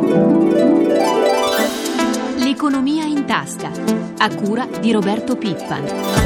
L'economia in tasca, a cura di Roberto Pippan.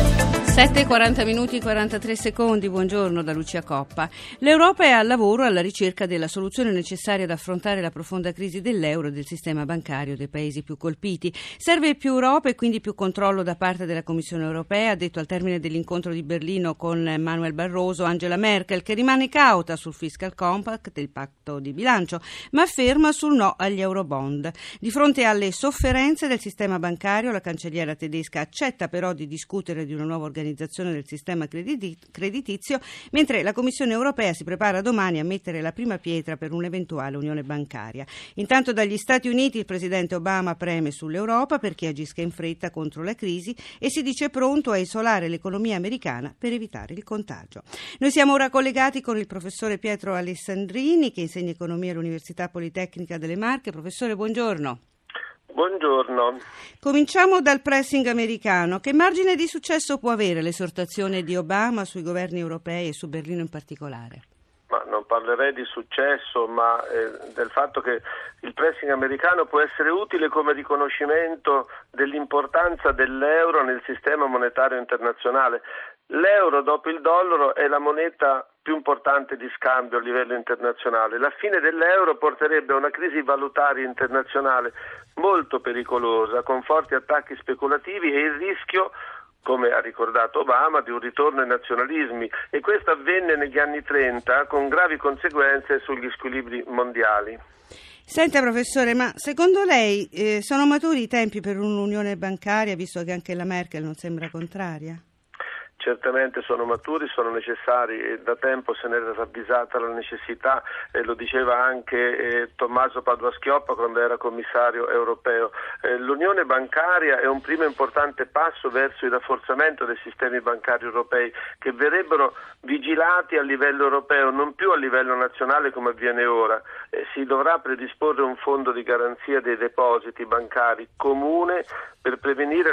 7:40 minuti e 43 secondi, buongiorno da Lucia Coppa. L'Europa è al lavoro alla ricerca della soluzione necessaria ad affrontare la profonda crisi dell'euro e del sistema bancario dei paesi più colpiti. Serve più Europa e quindi più controllo da parte della Commissione europea, ha detto al termine dell'incontro di Berlino con Manuel Barroso Angela Merkel, che rimane cauta sul fiscal compact, il patto di bilancio, ma ferma sul no agli eurobond. Di fronte alle sofferenze del sistema bancario, la cancelliera tedesca accetta però di discutere di una nuova organizzazione del sistema creditizio, mentre la Commissione europea si prepara domani a mettere la prima pietra per un'eventuale unione bancaria. Intanto dagli Stati Uniti il presidente Obama preme sull'Europa perché agisca in fretta contro la crisi e si dice pronto a isolare l'economia americana per evitare il contagio. Noi siamo ora collegati con il professore Pietro Alessandrini, che insegna economia all'Università Politecnica delle Marche. Professore, buongiorno. Buongiorno. Cominciamo dal pressing americano. Che margine di successo può avere l'esortazione di Obama sui governi europei e su Berlino in particolare? Ma non parlerei di successo, ma del fatto che il pressing americano può essere utile come riconoscimento dell'importanza dell'euro nel sistema monetario internazionale. L'euro, dopo il dollaro, è la moneta più importante di scambio a livello internazionale. La fine dell'euro porterebbe a una crisi valutaria internazionale molto pericolosa, con forti attacchi speculativi e il rischio, come ha ricordato Obama, di un ritorno ai nazionalismi, e questo avvenne negli anni 30 con gravi conseguenze sugli squilibri mondiali. Senta professore, ma secondo lei sono maturi i tempi per un'unione bancaria, visto che anche la Merkel non sembra contraria? Certamente sono maturi, sono necessari e da tempo se ne era ravvisata la necessità, lo diceva anche Tommaso Padoa-Schioppa quando era commissario europeo. L'unione bancaria è un primo importante passo verso il rafforzamento dei sistemi bancari europei, che verrebbero vigilati a livello europeo, non più a livello nazionale come avviene ora. Si dovrà predisporre un fondo di garanzia dei depositi bancari comune per prevenire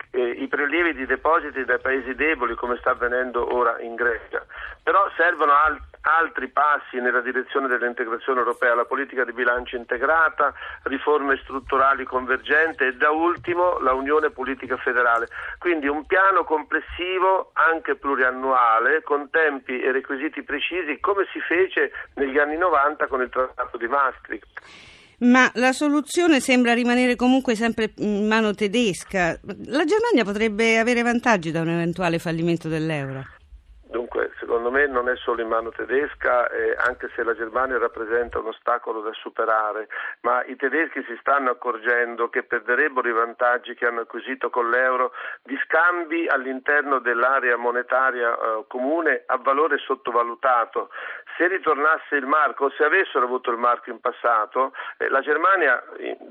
i prelievi di depositi dai paesi deboli, come sta avvenendo ora in Grecia. Però servono altri passi nella direzione dell'integrazione europea, la politica di bilancio integrata, riforme strutturali convergenti e da ultimo la unione politica federale. Quindi un piano complessivo anche pluriannuale con tempi e requisiti precisi, come si fece negli anni 90 con il Trattato di Maastricht. Ma la soluzione sembra rimanere comunque sempre in mano tedesca. La Germania potrebbe avere vantaggi da un eventuale fallimento dell'euro? Dunque, secondo me non è solo in mano tedesca, anche se la Germania rappresenta un ostacolo da superare, ma i tedeschi si stanno accorgendo che perderebbero i vantaggi che hanno acquisito con l'euro di scambi all'interno dell'area monetaria comune a valore sottovalutato. Se ritornasse il marco, se avessero avuto il marco in passato, la Germania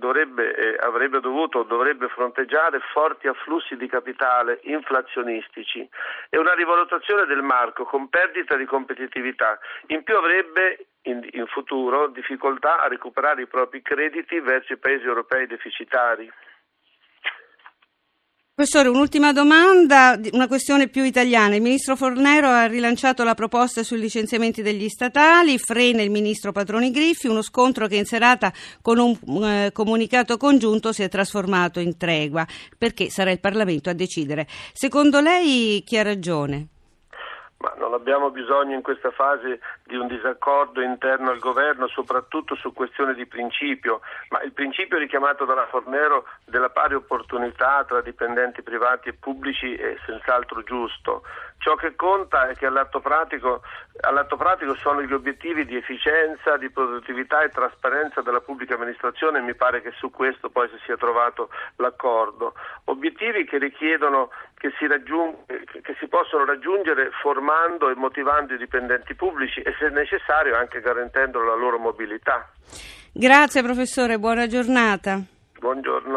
dovrebbe fronteggiare forti afflussi di capitale inflazionistici e una rivalutazione del marco con perdita di competitività. In più avrebbe in futuro difficoltà a recuperare i propri crediti verso i paesi europei deficitari. Professore, un'ultima domanda, una questione più italiana. Il ministro Fornero ha rilanciato la proposta sui licenziamenti degli statali, frena il ministro Patroni Griffi, uno scontro che in serata con un comunicato congiunto si è trasformato in tregua, perché sarà il Parlamento a decidere. Secondo lei chi ha ragione? Ma non abbiamo bisogno in questa fase di un disaccordo interno al governo, soprattutto su questioni di principio, ma il principio richiamato dalla Fornero della pari opportunità tra dipendenti privati e pubblici è senz'altro giusto. Ciò che conta è che all'atto pratico sono gli obiettivi di efficienza, di produttività e trasparenza della pubblica amministrazione, e mi pare che su questo poi si sia trovato l'accordo. Obiettivi che richiedono che si possono raggiungere formando e motivando i dipendenti pubblici e, se necessario, anche garantendo la loro mobilità. Grazie professore, buona giornata. Buongiorno.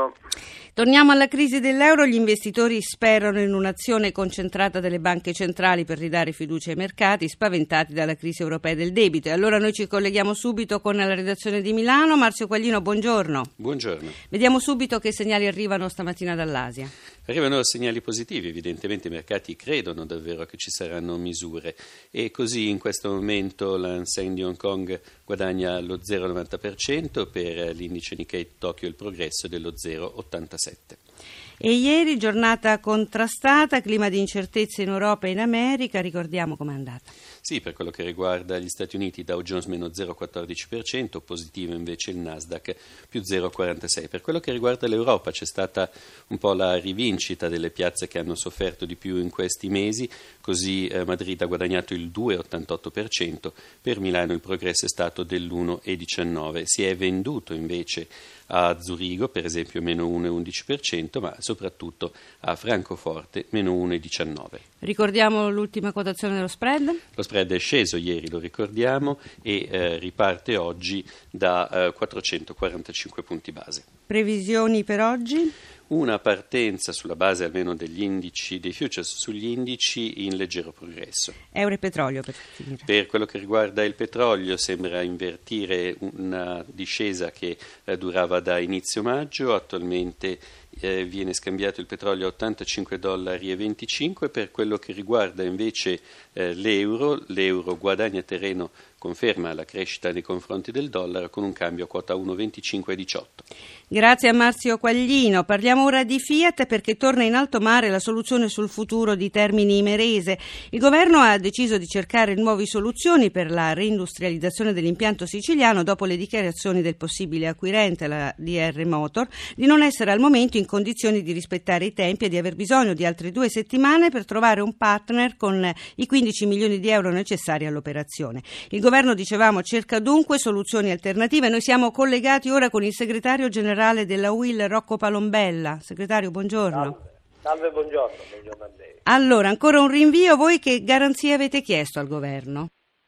Torniamo alla crisi dell'euro. Gli investitori sperano in un'azione concentrata delle banche centrali per ridare fiducia ai mercati, spaventati dalla crisi europea del debito. E allora noi ci colleghiamo subito con la redazione di Milano. Marzio Quaglino, buongiorno. Buongiorno. Vediamo subito che segnali arrivano stamattina dall'Asia. Arrivano segnali positivi, evidentemente i mercati credono davvero che ci saranno misure e così in questo momento l'Hang Seng di Hong Kong guadagna lo 0,90%, per l'indice Nikkei Tokyo il progresso dello 0,87%. E ieri giornata contrastata, clima di incertezza in Europa e in America, ricordiamo com'è andata. Sì, per quello che riguarda gli Stati Uniti Dow Jones meno 0,14%, positivo invece il Nasdaq più 0,46%. Per quello che riguarda l'Europa c'è stata un po' la rivincita delle piazze che hanno sofferto di più in questi mesi, così Madrid ha guadagnato il 2,88%, per Milano il progresso è stato dell'1,19%, si è venduto invece a Zurigo per esempio meno 1,11%, ma soprattutto a Francoforte meno 1,19%. Ricordiamo l'ultima quotazione dello spread? Lo spread è sceso ieri, lo ricordiamo, e riparte oggi da 445 punti base. Previsioni per oggi? Una partenza sulla base almeno degli indici, dei futures sugli indici in leggero progresso. Euro e petrolio per finire. Per quello che riguarda il petrolio sembra invertire una discesa che durava da inizio maggio, attualmente viene scambiato il petrolio a $85,25. Per quello che riguarda invece l'euro guadagna terreno, conferma la crescita nei confronti del dollaro con un cambio a quota 1,2518. Grazie a Marzio Quaglino. Parliamo ora di Fiat perché torna in alto mare la soluzione sul futuro di Termini Imerese. Il governo ha deciso di cercare nuove soluzioni per la reindustrializzazione dell'impianto siciliano dopo le dichiarazioni del possibile acquirente, la DR Motor, di non essere al momento in condizioni di rispettare i tempi e di aver bisogno di altre 2 settimane per trovare un partner con i 15 milioni di euro necessari all'operazione. Il governo, dicevamo, cerca dunque soluzioni alternative. Noi siamo collegati ora con il segretario generale della UIL, Rocco Palombella. Segretario, buongiorno. Salve, buongiorno a lei. Allora, ancora un rinvio. Voi che garanzie avete chiesto al governo?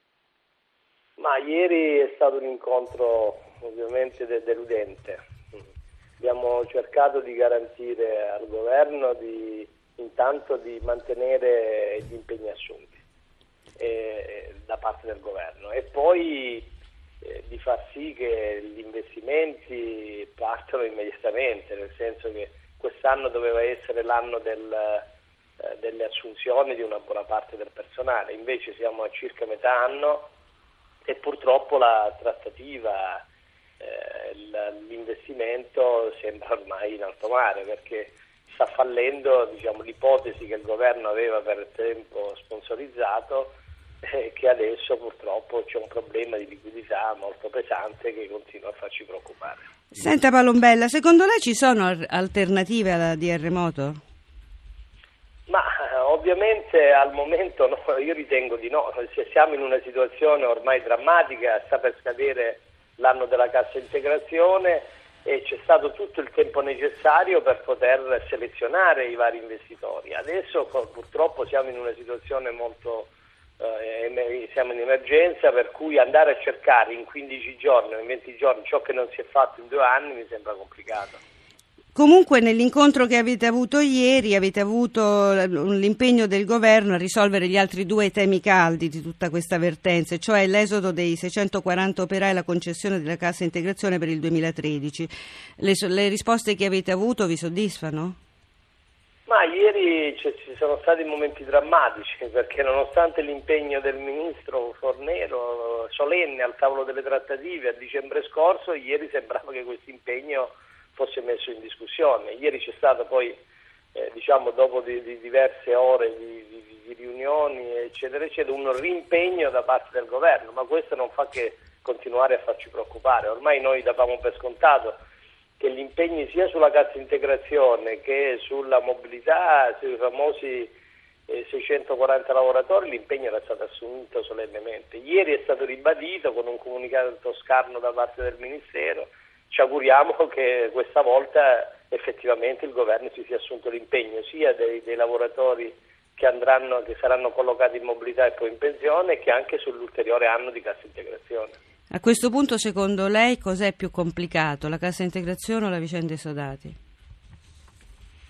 Ma ieri è stato un incontro ovviamente deludente. Abbiamo cercato di garantire al governo intanto di mantenere gli impegni assunti da parte del governo e poi di far sì che gli investimenti partano immediatamente, nel senso che quest'anno doveva essere l'anno delle assunzioni di una buona parte del personale, invece siamo a circa metà anno e purtroppo la trattativa, l'investimento sembra ormai in alto mare, perché sta fallendo l'ipotesi che il governo aveva per tempo sponsorizzato, che adesso purtroppo c'è un problema di liquidità molto pesante che continua a farci preoccupare. Senta Palombella, secondo lei ci sono alternative alla DR Motor? Ma ovviamente al momento no, io ritengo di no. Siamo in una situazione ormai drammatica, sta per scadere l'anno della cassa integrazione e c'è stato tutto il tempo necessario per poter selezionare i vari investitori. Adesso purtroppo siamo in una situazione siamo in emergenza, per cui andare a cercare in 15 giorni o in 20 giorni ciò che non si è fatto in 2 anni mi sembra complicato. Comunque nell'incontro che avete avuto ieri avete avuto l'impegno del governo a risolvere gli altri 2 temi caldi di tutta questa vertenza, cioè l'esodo dei 640 operai e la concessione della cassa integrazione per il 2013. Le risposte che avete avuto vi soddisfano? Ma ieri ci sono stati momenti drammatici, perché nonostante l'impegno del ministro Fornero solenne al tavolo delle trattative a dicembre scorso, ieri sembrava che questo impegno fosse messo in discussione. Ieri c'è stato poi, dopo di diverse ore di riunioni, eccetera, eccetera, un rimpegno da parte del governo, ma questo non fa che continuare a farci preoccupare. Ormai noi davamo per scontato che gli impegni sia sulla cassa integrazione che sulla mobilità, sui famosi 640 lavoratori, l'impegno era stato assunto solennemente. Ieri è stato ribadito con un comunicato scarno da parte del Ministero. Ci auguriamo che questa volta effettivamente il governo si sia assunto l'impegno sia dei lavoratori che saranno collocati in mobilità e poi in pensione, che anche sull'ulteriore anno di cassa integrazione. A questo punto, secondo lei, cos'è più complicato, la cassa integrazione o la vicenda esodati?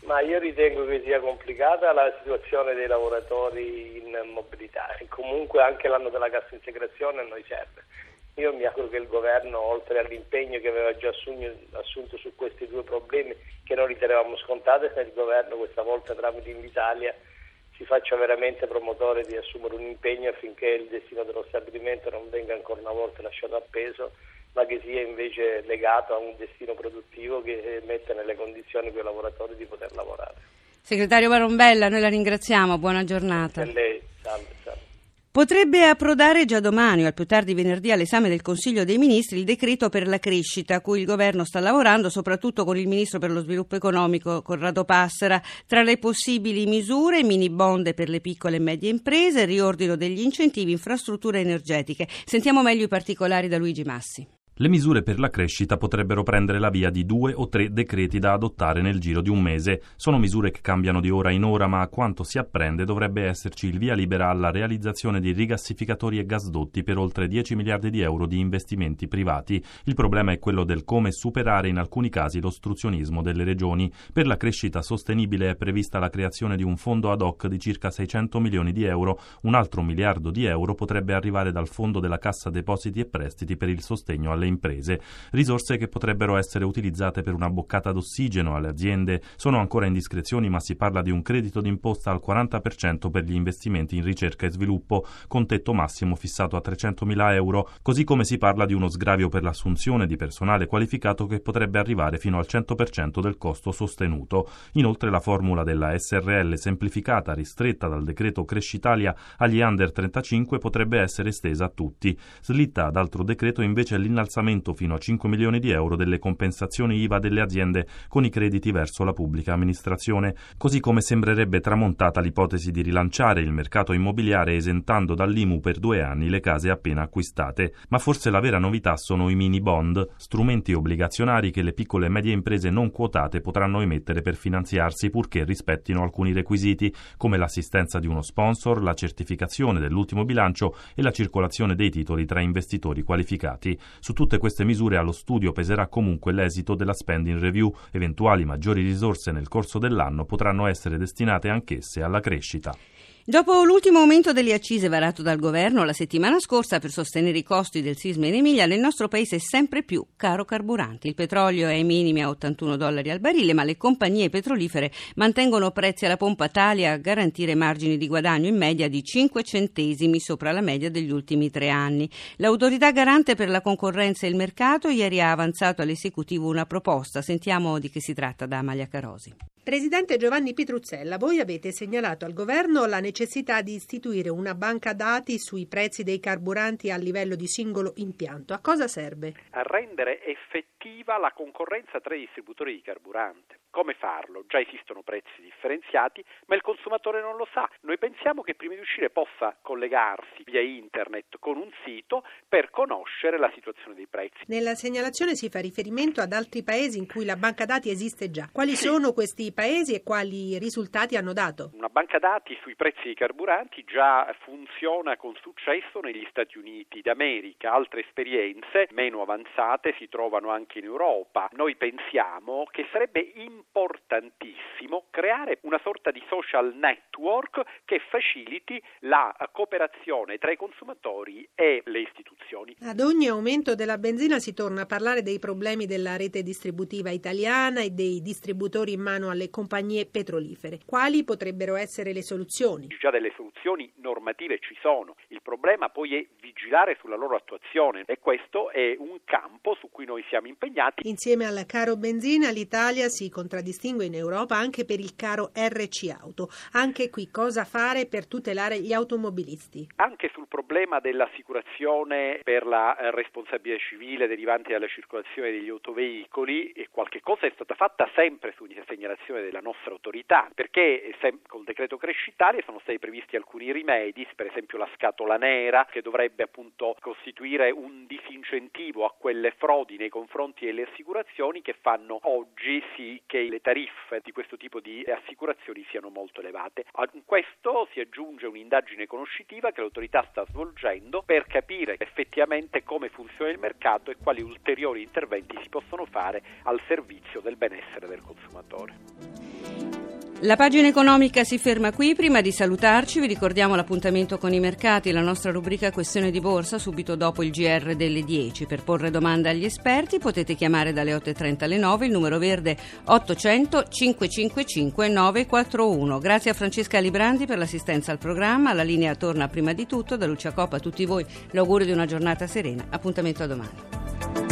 Ma io ritengo che sia complicata la situazione dei lavoratori in mobilità e comunque anche l'anno della cassa integrazione a noi serve. Io mi auguro che il governo, oltre all'impegno che aveva già assunto su questi due problemi che noi ritenevamo scontati, se il governo questa volta tramite Invitalia si faccia veramente promotore di assumere un impegno affinché il destino dello stabilimento non venga ancora una volta lasciato appeso, ma che sia invece legato a un destino produttivo che metta nelle condizioni quei lavoratori di poter lavorare. Segretario Marombella, noi la ringraziamo, buona giornata. E lei, salve. Potrebbe approdare già domani o al più tardi venerdì all'esame del Consiglio dei Ministri il decreto per la crescita a cui il governo sta lavorando, soprattutto con il ministro per lo sviluppo economico Corrado Passera. Tra le possibili misure, mini bond per le piccole e medie imprese, riordino degli incentivi, infrastrutture energetiche. Sentiamo meglio i particolari da Luigi Massi. Le misure per la crescita potrebbero prendere la via di 2 o 3 decreti da adottare nel giro di un mese. Sono misure che cambiano di ora in ora, ma a quanto si apprende dovrebbe esserci il via libera alla realizzazione di rigassificatori e gasdotti per oltre 10 miliardi di euro di investimenti privati. Il problema è quello del come superare in alcuni casi l'ostruzionismo delle regioni. Per la crescita sostenibile è prevista la creazione di un fondo ad hoc di circa 600 milioni di euro. Un altro miliardo di euro potrebbe arrivare dal fondo della Cassa Depositi e Prestiti per il sostegno alle imprese, risorse che potrebbero essere utilizzate per una boccata d'ossigeno alle aziende. Sono ancora indiscrezioni, ma si parla di un credito d'imposta al 40% per gli investimenti in ricerca e sviluppo, con tetto massimo fissato a 300.000 euro, così come si parla di uno sgravio per l'assunzione di personale qualificato che potrebbe arrivare fino al 100% del costo sostenuto. Inoltre la formula della SRL semplificata, ristretta dal decreto Crescitalia agli under 35, potrebbe essere estesa a tutti. Slitta ad altro decreto invece l'innalzamento fino a 5 milioni di euro delle compensazioni IVA delle aziende con i crediti verso la pubblica amministrazione, così come sembrerebbe tramontata l'ipotesi di rilanciare il mercato immobiliare esentando dall'IMU per 2 anni le case appena acquistate. Ma forse la vera novità sono i mini bond, strumenti obbligazionari che le piccole e medie imprese non quotate potranno emettere per finanziarsi, purché rispettino alcuni requisiti, come l'assistenza di uno sponsor, la certificazione dell'ultimo bilancio e la circolazione dei titoli tra investitori qualificati. Su tutte queste misure allo studio peserà comunque l'esito della spending review. Eventuali maggiori risorse nel corso dell'anno potranno essere destinate anch'esse alla crescita. Dopo l'ultimo aumento delle accise varato dal governo la settimana scorsa per sostenere i costi del sisma in Emilia, nel nostro paese è sempre più caro carburante. Il petrolio è ai minimi a $81 al barile, ma le compagnie petrolifere mantengono prezzi alla pompa tali a garantire margini di guadagno in media di 5 centesimi sopra la media degli ultimi 3 anni. L'autorità garante per la concorrenza e il mercato ieri ha avanzato all'esecutivo una proposta. Sentiamo di che si tratta da Amalia Carosi. Presidente Giovanni Pitruzzella, voi avete segnalato al governo la necessità di istituire una banca dati sui prezzi dei carburanti a livello di singolo impianto. A cosa serve? A rendere effettiva la concorrenza tra i distributori di carburante. Come farlo? Già esistono prezzi differenziati, ma il consumatore non lo sa. Noi pensiamo che prima di uscire possa collegarsi via internet con un sito per conoscere la situazione dei prezzi. Nella segnalazione si fa riferimento ad altri paesi in cui la banca dati esiste già. Quali sono questi paesi e quali risultati hanno dato? Una banca dati sui prezzi dei carburanti già funziona con successo negli Stati Uniti d'America. Altre esperienze meno avanzate si trovano anche in Europa. Noi pensiamo che sarebbe importantissimo creare una sorta di social network che faciliti la cooperazione tra i consumatori e le istituzioni. Ad ogni aumento della benzina si torna a parlare dei problemi della rete distributiva italiana e dei distributori in mano alle compagnie petrolifere. Quali potrebbero essere le soluzioni? Già delle soluzioni normative ci sono. Il problema poi è vigilare sulla loro attuazione e questo è un campo su cui noi siamo impegnati. Insieme al caro benzina l'Italia si contraddistingue in Europa anche per il caro RC Auto. Anche qui cosa fare per tutelare gli automobilisti? Anche sul problema dell'assicurazione per la responsabilità civile derivante dalla circolazione degli autoveicoli, qualche cosa è stata fatta sempre su segnalazione della nostra autorità, perché col decreto Crescitalia sono stati previsti alcuni rimedi, per esempio la scatola nera che dovrebbe appunto costituire un disincentivo a quelle frodi nei confronti delle assicurazioni che fanno oggi sì che le tariffe di questo tipo di assicurazioni siano molto elevate. A questo si aggiunge un'indagine conoscitiva che l'autorità sta svolgendo per capire effettivamente come funziona il mercato e quali ulteriori interventi si possono fare al servizio del benessere del consumatore. La pagina economica si ferma qui. Prima di salutarci vi ricordiamo l'appuntamento con i mercati, la nostra rubrica Questione di Borsa subito dopo il GR delle 10. Per porre domande agli esperti potete chiamare dalle 8.30 alle 9 il numero verde 800 555 941. Grazie a Francesca Librandi per l'assistenza al programma. La linea torna prima di tutto da Lucia Coppa. A tutti voi l'augurio di una giornata serena. Appuntamento a domani.